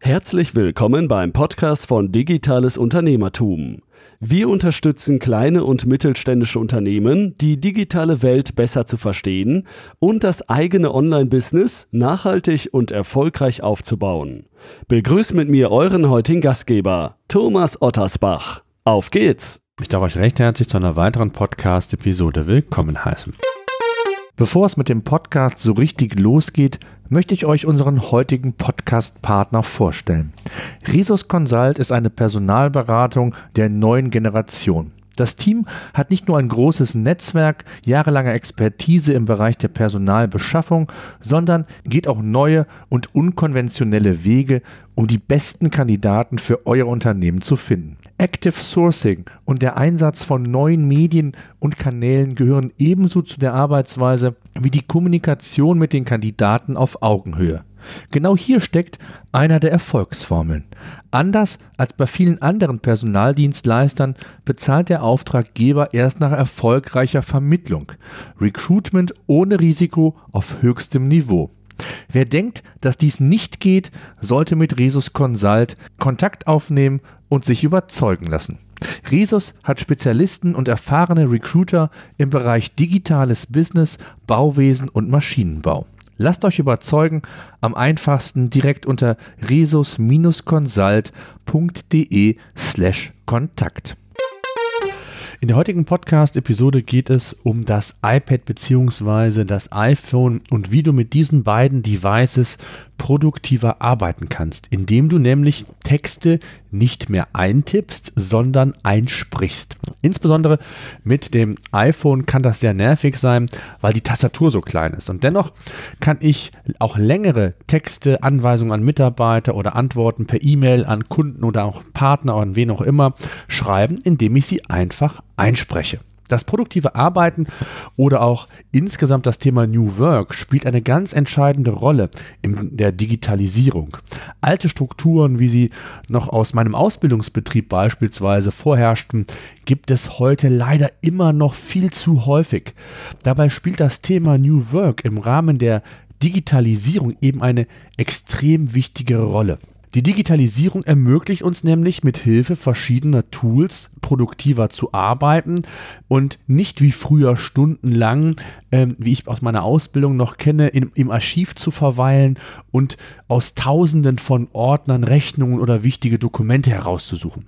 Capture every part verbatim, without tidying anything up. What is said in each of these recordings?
Herzlich willkommen beim Podcast von Digitales Unternehmertum. Wir unterstützen kleine und mittelständische Unternehmen, die digitale Welt besser zu verstehen und das eigene Online-Business nachhaltig und erfolgreich aufzubauen. Begrüßt mit mir euren heutigen Gastgeber, Thomas Ottersbach. Auf geht's! Ich darf euch recht herzlich zu einer weiteren Podcast-Episode willkommen heißen. Bevor es mit dem Podcast so richtig losgeht, möchte ich euch unseren heutigen Podcast-Partner vorstellen. Resus Consult ist eine Personalberatung der neuen Generation. Das Team hat nicht nur ein großes Netzwerk, jahrelange Expertise im Bereich der Personalbeschaffung, sondern geht auch neue und unkonventionelle Wege, um die besten Kandidaten für euer Unternehmen zu finden. Active Sourcing und der Einsatz von neuen Medien und Kanälen gehören ebenso zu der Arbeitsweise wie die Kommunikation mit den Kandidaten auf Augenhöhe. Genau hier steckt einer der Erfolgsformeln. Anders als bei vielen anderen Personaldienstleistern bezahlt der Auftraggeber erst nach erfolgreicher Vermittlung. Recruitment ohne Risiko auf höchstem Niveau. Wer denkt, dass dies nicht geht, sollte mit Resus Consult Kontakt aufnehmen und sich überzeugen lassen. Resus hat Spezialisten und erfahrene Recruiter im Bereich digitales Business, Bauwesen und Maschinenbau. Lasst euch überzeugen, am einfachsten direkt unter resus-consult.de slash Kontakt. In der heutigen Podcast-Episode geht es um das iPad bzw. das iPhone und wie du mit diesen beiden Devices produktiver arbeiten kannst, indem du nämlich Texte nicht mehr eintippst, sondern einsprichst. Insbesondere mit dem iPhone kann das sehr nervig sein, weil die Tastatur so klein ist. Und dennoch kann ich auch längere Texte, Anweisungen an Mitarbeiter oder Antworten per E-Mail an Kunden oder auch Partner oder an wen auch immer schreiben, indem ich sie einfach einspreche. Das produktive Arbeiten oder auch insgesamt das Thema New Work spielt eine ganz entscheidende Rolle in der Digitalisierung. Alte Strukturen, wie sie noch aus meinem Ausbildungsbetrieb beispielsweise vorherrschten, gibt es heute leider immer noch viel zu häufig. Dabei spielt das Thema New Work im Rahmen der Digitalisierung eben eine extrem wichtige Rolle. Die Digitalisierung ermöglicht uns nämlich mit Hilfe verschiedener Tools produktiver zu arbeiten und nicht wie früher stundenlang, ähm, wie ich aus meiner Ausbildung noch kenne, in, im Archiv zu verweilen und aus Tausenden von Ordnern, Rechnungen oder wichtige Dokumente herauszusuchen.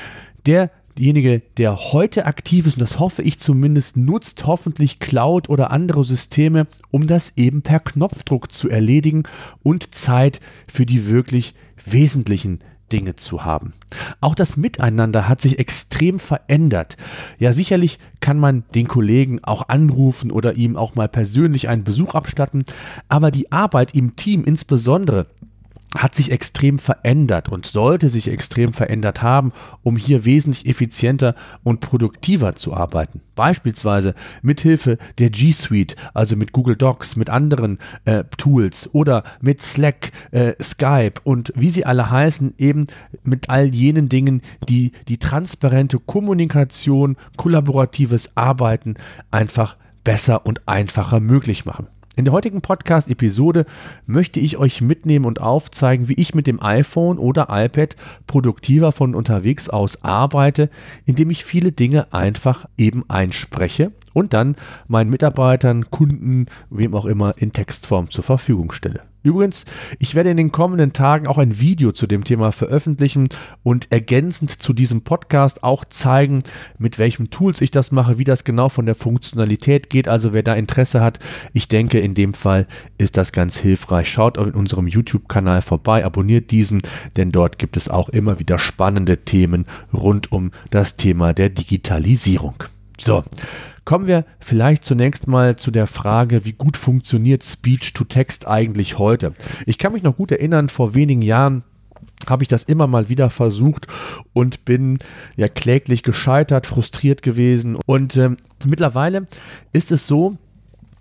Der Derjenige, der heute aktiv ist, und das hoffe ich zumindest, nutzt hoffentlich Cloud oder andere Systeme, um das eben per Knopfdruck zu erledigen und Zeit für die wirklich wesentlichen Dinge zu haben. Auch das Miteinander hat sich extrem verändert. Ja, sicherlich kann man den Kollegen auch anrufen oder ihm auch mal persönlich einen Besuch abstatten, aber die Arbeit im Team insbesondere hat sich extrem verändert und sollte sich extrem verändert haben, um hier wesentlich effizienter und produktiver zu arbeiten. Beispielsweise mit Hilfe der G Suite, also mit Google Docs, mit anderen äh, Tools oder mit Slack, äh, Skype und wie sie alle heißen, eben mit all jenen Dingen, die die transparente Kommunikation, kollaboratives Arbeiten einfach besser und einfacher möglich machen. In der heutigen Podcast-Episode möchte ich euch mitnehmen und aufzeigen, wie ich mit dem iPhone oder iPad produktiver von unterwegs aus arbeite, indem ich viele Dinge einfach eben einspreche und dann meinen Mitarbeitern, Kunden, wem auch immer in Textform zur Verfügung stelle. Übrigens, ich werde in den kommenden Tagen auch ein Video zu dem Thema veröffentlichen und ergänzend zu diesem Podcast auch zeigen, mit welchen Tools ich das mache, wie das genau von der Funktionalität geht. Also wer da Interesse hat, ich denke, in dem Fall ist das ganz hilfreich. Schaut in unserem YouTube-Kanal vorbei, abonniert diesen, denn dort gibt es auch immer wieder spannende Themen rund um das Thema der Digitalisierung. So, kommen wir vielleicht zunächst mal zu der Frage, wie gut funktioniert Speech-to-Text eigentlich heute? Ich kann mich noch gut erinnern, vor wenigen Jahren habe ich das immer mal wieder versucht und bin ja kläglich gescheitert, frustriert gewesen. Und ähm, mittlerweile ist es so,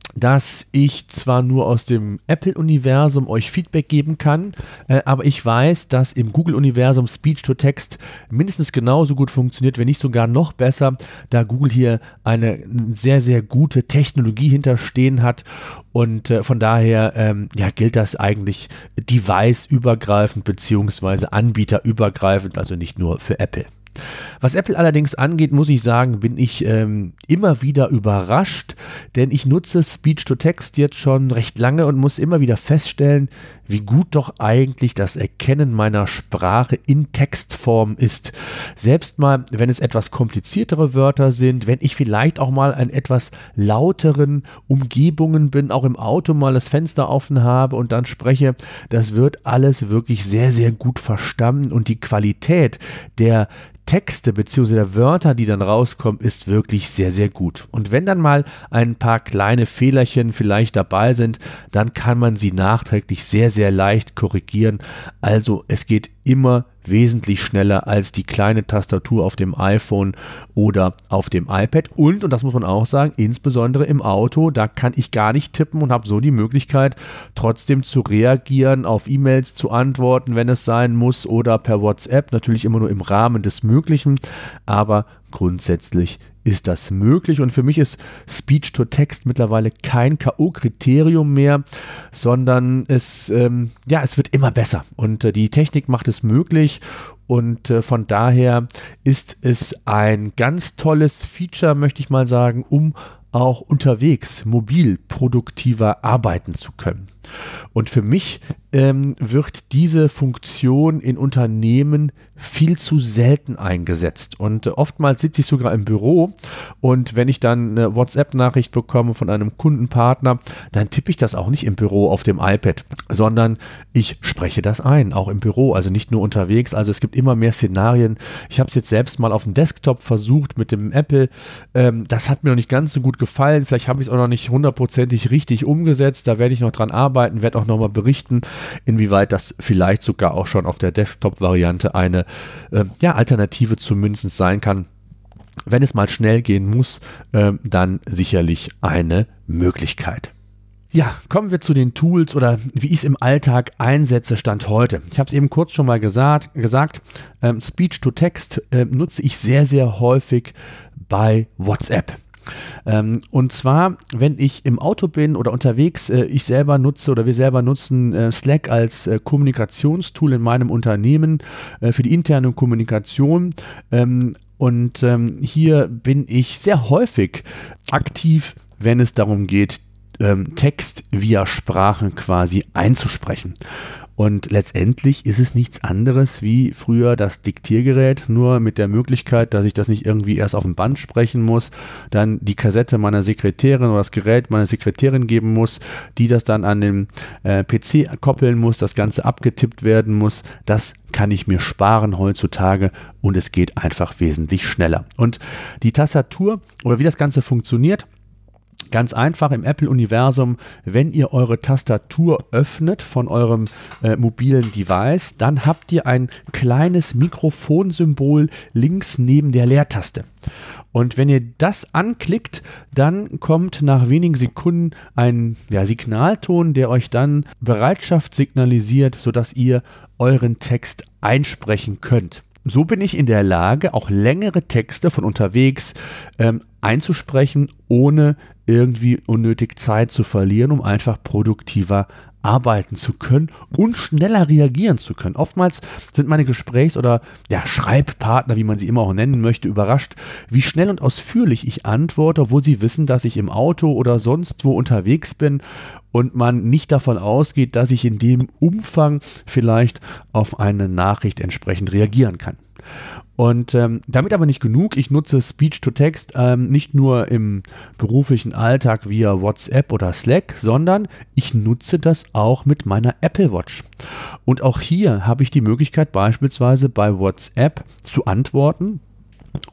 dass ich zwar nur aus dem Apple-Universum euch Feedback geben kann, äh, aber ich weiß, dass im Google-Universum Speech-to-Text mindestens genauso gut funktioniert, wenn nicht sogar noch besser, da Google hier eine sehr, sehr gute Technologie hinterstehen hat und äh, von daher ähm, ja, gilt das eigentlich device-übergreifend beziehungsweise anbieterübergreifend, also nicht nur für Apple. Was Apple allerdings angeht, muss ich sagen, bin ich ähm, immer wieder überrascht, denn ich nutze Speech-to-Text jetzt schon recht lange und muss immer wieder feststellen, wie gut doch eigentlich das Erkennen meiner Sprache in Textform ist. Selbst mal, wenn es etwas kompliziertere Wörter sind, wenn ich vielleicht auch mal in etwas lauteren Umgebungen bin, auch im Auto mal das Fenster offen habe und dann spreche, das wird alles wirklich sehr, sehr gut verstanden und die Qualität der Texte bzw. der Wörter, die dann rauskommen, ist wirklich sehr, sehr gut. Und wenn dann mal ein paar kleine Fehlerchen vielleicht dabei sind, dann kann man sie nachträglich sehr, sehr leicht korrigieren. Also es geht immer wesentlich schneller als die kleine Tastatur auf dem iPhone oder auf dem iPad und, und das muss man auch sagen, insbesondere im Auto, da kann ich gar nicht tippen und habe so die Möglichkeit, trotzdem zu reagieren, auf E-Mails zu antworten, wenn es sein muss oder per WhatsApp, natürlich immer nur im Rahmen des Möglichen, aber grundsätzlich ist das möglich und für mich ist Speech-to-Text mittlerweile kein K O-Kriterium mehr, sondern es, ähm, ja, es wird immer besser und äh, die Technik macht es möglich und äh, von daher ist es ein ganz tolles Feature, möchte ich mal sagen, um auch unterwegs mobil produktiver arbeiten zu können. Und für mich ähm, wird diese Funktion in Unternehmen viel zu selten eingesetzt. Und äh, oftmals sitze ich sogar im Büro und wenn ich dann eine WhatsApp-Nachricht bekomme von einem Kundenpartner, dann tippe ich das auch nicht im Büro auf dem iPad, sondern ich spreche das ein, auch im Büro, also nicht nur unterwegs. Also es gibt immer mehr Szenarien. Ich habe es jetzt selbst mal auf dem Desktop versucht mit dem Apple. Ähm, das hat mir noch nicht ganz so gut gefallen. Vielleicht habe ich es auch noch nicht hundertprozentig richtig umgesetzt. Da werde ich noch dran arbeiten, werde auch nochmal berichten, inwieweit das vielleicht sogar auch schon auf der Desktop-Variante eine äh, ja, Alternative zumindest sein kann. Wenn es mal schnell gehen muss, äh, dann sicherlich eine Möglichkeit. Ja, kommen wir zu den Tools oder wie ich es im Alltag einsetze, Stand heute. Ich habe es eben kurz schon mal gesagt, gesagt ähm, Speech-to-Text äh, nutze ich sehr, sehr häufig bei WhatsApp. Ähm, und zwar, wenn ich im Auto bin oder unterwegs, äh, ich selber nutze oder wir selber nutzen äh, Slack als äh, Kommunikationstool in meinem Unternehmen äh, für die interne Kommunikation. Ähm, und ähm, hier bin ich sehr häufig aktiv, wenn es darum geht, ähm, Text via Sprache quasi einzusprechen. Und letztendlich ist es nichts anderes wie früher das Diktiergerät, nur mit der Möglichkeit, dass ich das nicht irgendwie erst auf dem Band sprechen muss, dann die Kassette meiner Sekretärin oder das Gerät meiner Sekretärin geben muss, die das dann an den äh, P C koppeln muss, das Ganze abgetippt werden muss. Das kann ich mir sparen heutzutage und es geht einfach wesentlich schneller. Und die Tastatur oder wie das Ganze funktioniert, ganz einfach im Apple-Universum, wenn ihr eure Tastatur öffnet von eurem äh, mobilen Device, dann habt ihr ein kleines Mikrofonsymbol links neben der Leertaste. Und wenn ihr das anklickt, dann kommt nach wenigen Sekunden ein ja, Signalton, der euch dann Bereitschaft signalisiert, sodass ihr euren Text einsprechen könnt. So bin ich in der Lage, auch längere Texte von unterwegs ähm, einzusprechen, ohne irgendwie unnötig Zeit zu verlieren, um einfach produktiver arbeiten zu können und schneller reagieren zu können. Oftmals sind meine Gesprächs- oder ja, Schreibpartner, wie man sie immer auch nennen möchte, überrascht, wie schnell und ausführlich ich antworte, obwohl sie wissen, dass ich im Auto oder sonst wo unterwegs bin und man nicht davon ausgeht, dass ich in dem Umfang vielleicht auf eine Nachricht entsprechend reagieren kann. Und ähm, damit aber nicht genug, ich nutze Speech-to-Text ähm, nicht nur im beruflichen Alltag via WhatsApp oder Slack, sondern ich nutze das auch mit meiner Apple Watch. Und auch hier habe ich die Möglichkeit beispielsweise bei WhatsApp zu antworten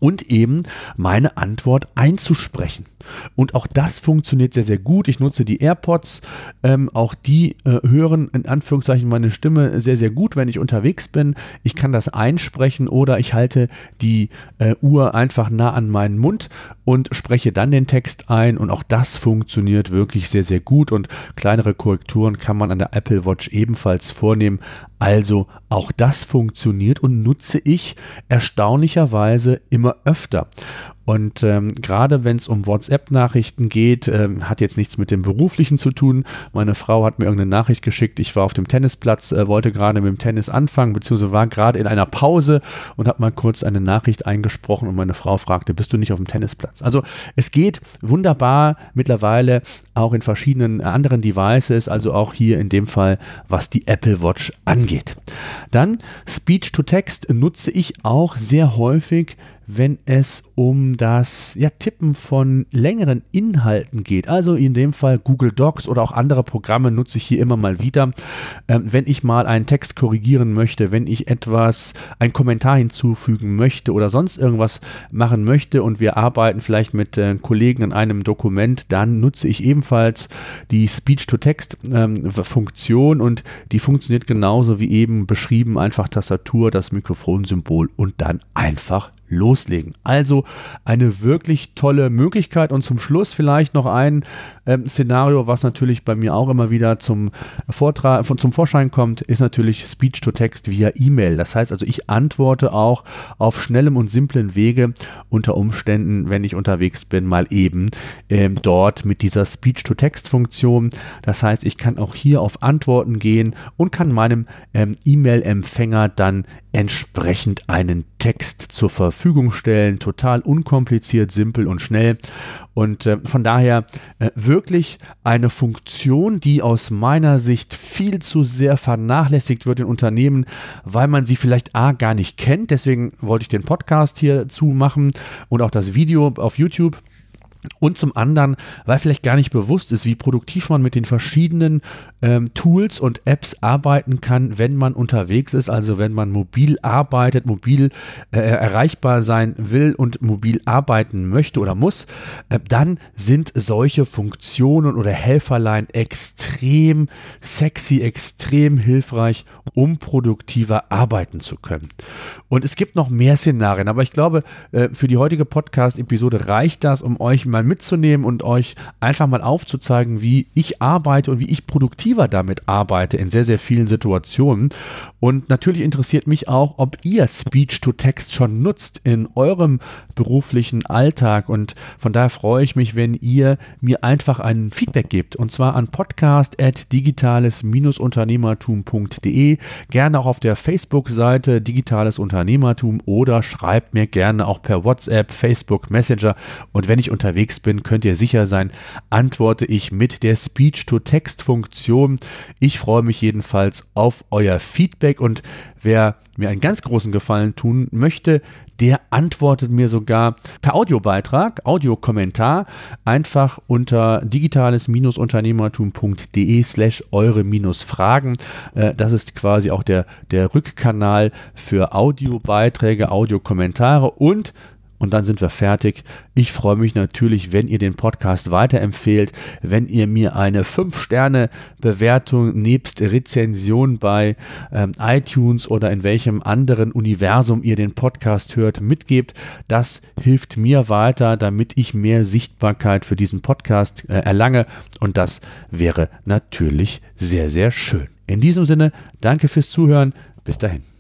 und eben meine Antwort einzusprechen. Und auch das funktioniert sehr, sehr gut. Ich nutze die AirPods. Ähm, auch die äh, hören in Anführungszeichen meine Stimme sehr, sehr gut, wenn ich unterwegs bin. Ich kann das einsprechen oder ich halte die äh, Uhr einfach nah an meinen Mund und spreche dann den Text ein. Und auch das funktioniert wirklich sehr, sehr gut. Und kleinere Korrekturen kann man an der Apple Watch ebenfalls vornehmen. Also auch das funktioniert und nutze ich erstaunlicherweise immer öfter. Und ähm, gerade wenn es um WhatsApp-Nachrichten geht, ähm, hat jetzt nichts mit dem Beruflichen zu tun. Meine Frau hat mir irgendeine Nachricht geschickt, ich war auf dem Tennisplatz, äh, wollte gerade mit dem Tennis anfangen, beziehungsweise war gerade in einer Pause und habe mal kurz eine Nachricht eingesprochen und meine Frau fragte, bist du nicht auf dem Tennisplatz? Also es geht wunderbar mittlerweile auch in verschiedenen anderen Devices, also auch hier in dem Fall, was die Apple Watch angeht. Dann Speech-to-Text nutze ich auch sehr häufig, wenn es um das ja, Tippen von längeren Inhalten geht. Also in dem Fall Google Docs oder auch andere Programme nutze ich hier immer mal wieder. Ähm, wenn ich mal einen Text korrigieren möchte, wenn ich etwas, einen Kommentar hinzufügen möchte oder sonst irgendwas machen möchte und wir arbeiten vielleicht mit äh, Kollegen an einem Dokument, dann nutze ich ebenfalls die Speech-to-Text-Funktion ähm, und die funktioniert genauso wie eben beschrieben, einfach Tastatur, das Mikrofonsymbol und dann einfach loslegen. Also eine wirklich tolle Möglichkeit und zum Schluss vielleicht noch ein ähm, Szenario, was natürlich bei mir auch immer wieder zum Vortrag, von, zum Vorschein kommt, ist natürlich Speech-to-Text via E-Mail. Das heißt also, ich antworte auch auf schnellem und simplen Wege unter Umständen, wenn ich unterwegs bin, mal eben ähm, dort mit dieser Speech-to-Text-Funktion. Das heißt, ich kann auch hier auf Antworten gehen und kann meinem ähm, E-Mail-Empfänger dann entsprechend einen Text zur Verfügung stellen. Total unkompliziert, simpel und schnell. Und äh, von daher äh, wirklich eine Funktion, die aus meiner Sicht viel zu sehr vernachlässigt wird in Unternehmen, weil man sie vielleicht A gar nicht kennt. Deswegen wollte ich den Podcast hierzu machen und auch das Video auf YouTube. Und zum anderen, weil vielleicht gar nicht bewusst ist, wie produktiv man mit den verschiedenen ähm, Tools und Apps arbeiten kann, wenn man unterwegs ist, also wenn man mobil arbeitet, mobil äh, erreichbar sein will und mobil arbeiten möchte oder muss, äh, dann sind solche Funktionen oder Helferlein extrem sexy, extrem hilfreich, um produktiver arbeiten zu können. Und es gibt noch mehr Szenarien, aber ich glaube, äh, für die heutige Podcast-Episode reicht das, um euch mal mitzunehmen und euch einfach mal aufzuzeigen, wie ich arbeite und wie ich produktiver damit arbeite in sehr, sehr vielen Situationen. Und natürlich interessiert mich auch, ob ihr Speech-to-Text schon nutzt in eurem beruflichen Alltag. Und von daher freue ich mich, wenn ihr mir einfach ein Feedback gebt. Und zwar an podcast at digitales unternehmertum punkt de, gerne auch auf der Facebook-Seite Digitales Unternehmertum oder schreibt mir gerne auch per WhatsApp, Facebook, Messenger. Und wenn ich unterwegs bin, könnt ihr sicher sein, antworte ich mit der Speech-to-Text-Funktion. Ich freue mich jedenfalls auf euer Feedback und wer mir einen ganz großen Gefallen tun möchte, der antwortet mir sogar per Audiobeitrag, Audiokommentar, einfach unter digitales unternehmertum punkt de slash eure Fragen. Das ist quasi auch der, der Rückkanal für Audiobeiträge, Audiokommentare und Und dann sind wir fertig. Ich freue mich natürlich, wenn ihr den Podcast weiterempfehlt, wenn ihr mir eine fünf Sterne Bewertung nebst Rezension bei ähm, iTunes oder in welchem anderen Universum ihr den Podcast hört, mitgebt. Das hilft mir weiter, damit ich mehr Sichtbarkeit für diesen Podcast äh, erlange. Und das wäre natürlich sehr, sehr schön. In diesem Sinne, danke fürs Zuhören. Bis dahin.